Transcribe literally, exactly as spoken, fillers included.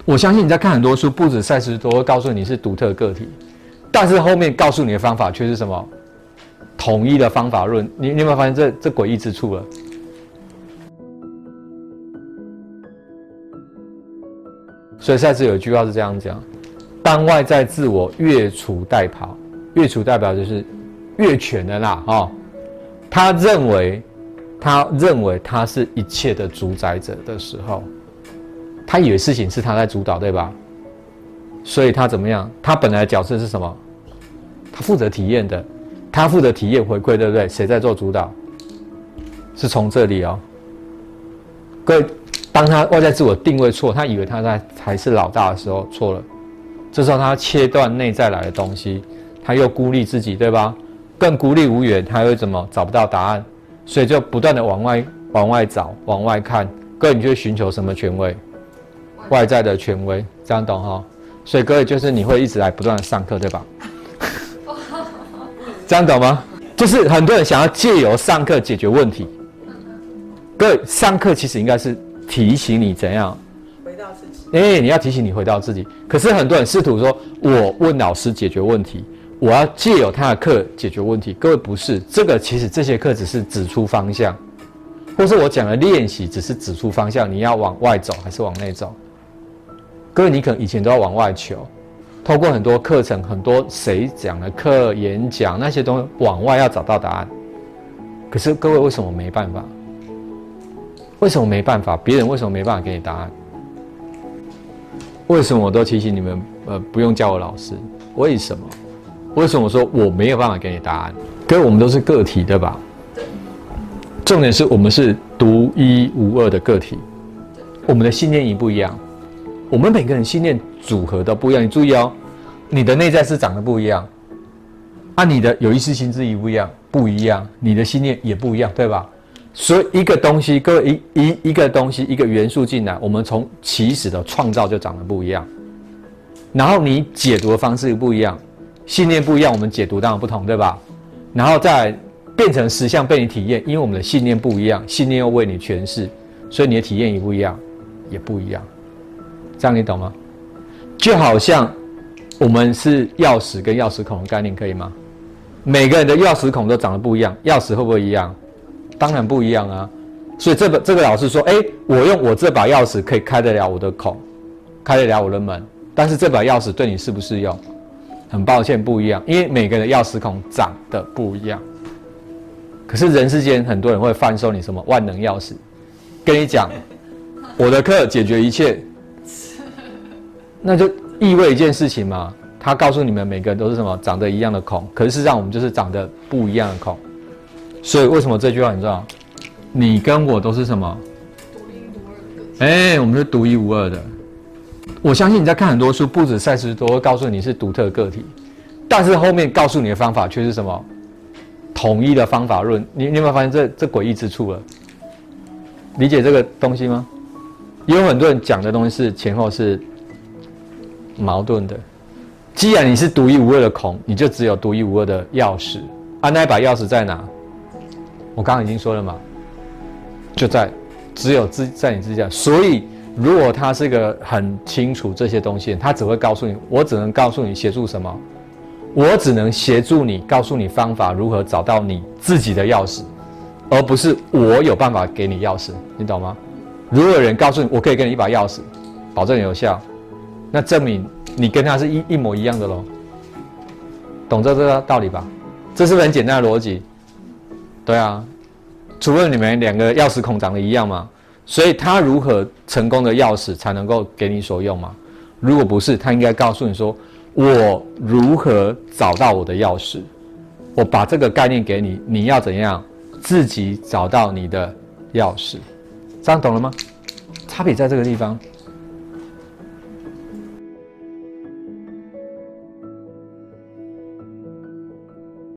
我相信你在看很多书，不止赛斯都会告诉你是独特个体，但是后面告诉你的方法却是什么？统一的方法论。你你有没有发现这这诡异之处了？所以赛斯有一句话是这样讲：当外在自我越俎代庖，越俎代庖就是越权的啦，哦，他认为他认为他是一切的主宰者的时候。他以为事情是他在主导，对吧？所以他怎么样？他本来的角色是什么？他负责体验的，他负责体验回馈，对不对？谁在做主导？是从这里哦。各位，当他外在自我定位错，他以为他在才是老大的时候，错了。这时候他切断内在来的东西，他又孤立自己，对吧？更孤立无援，他又怎么找不到答案？所以就不断的往外往外找，往外看。各位，你就会寻求什么权威？外在的权威，这样懂哈？所以各位就是你会一直来不断的上课，对吧？这样懂吗？就是很多人想要借由上课解决问题。各位，上课其实应该是提醒你怎样回到自己。 哎、欸，你要提醒你回到自己。可是很多人试图说，我问老师解决问题，我要借由他的课解决问题。各位不是，这个其实这些课只是指出方向，或是我讲的练习只是指出方向，你要往外走还是往内走？各位，你可能以前都要往外求，透过很多课程、很多谁讲的课、演讲那些东西，往外要找到答案。可是各位，为什么没办法？为什么没办法？别人为什么没办法给你答案？为什么我都提醒你们，呃，不用叫我老师？为什么？为什么说我没有办法给你答案？各位，我们都是个体，对吧？重点是我们是独一无二的个体，我们的信念一不一样。我们每个人信念组合都不一样，你注意哦，你的内在是长得不一样，啊，你的有意识心智一不一样，不一样，你的信念也不一样，对吧？所以一个东西，各位一一一个东西，一个元素进来，我们从起始的创造就长得不一样，然后你解读的方式不一样，信念不一样，我们解读当然不同，对吧？然后再来变成实相被你体验，因为我们的信念不一样，信念又为你诠释，所以你的体验也不一样，也不一样。这样你懂吗？就好像我们是钥匙跟钥匙孔的概念，可以吗？每个人的钥匙孔都长得不一样，钥匙会不会一样？当然不一样啊。所以这个这个老师说，哎，我用我这把钥匙可以开得了我的孔，开得了我的门，但是这把钥匙对你适不适用？很抱歉，不一样，因为每个人的钥匙孔长得不一样。可是人世间很多人会贩售你什么万能钥匙，跟你讲我的课解决一切。那就意味一件事情嘛，他告诉你们每个人都是什么长得一样的孔，可是事实上我们就是长得不一样的孔。所以为什么这句话你知道？你跟我都是什么？ 独一无二的。 哎、欸，我们是独一无二的。我相信你在看很多书，不止赛斯都会告诉你是独特个体，但是后面告诉你的方法却是什么？统一的方法论。你你有没有发现这这诡异之处了？理解这个东西吗？也有很多人讲的东西是前后是矛盾的。既然你是独一无二的孔，你就只有独一无二的钥匙。啊，那一把钥匙在哪？我刚刚已经说了嘛，就在只有自在你自己家。所以，如果他是个很清楚这些东西，他只会告诉你，我只能告诉你协助什么，我只能协助你，告诉你方法如何找到你自己的钥匙，而不是我有办法给你钥匙，你懂吗？如果有人告诉你，我可以给你一把钥匙，保证有效，那证明你跟他是一一模一样的咯。懂这个道理吧？这是不是很简单的逻辑？对啊，除了你们两个钥匙孔长得一样嘛，所以他如何成功的钥匙才能够给你所用嘛？如果不是，他应该告诉你说，我如何找到我的钥匙，我把这个概念给你，你要怎样自己找到你的钥匙，这样懂了吗？差别在这个地方。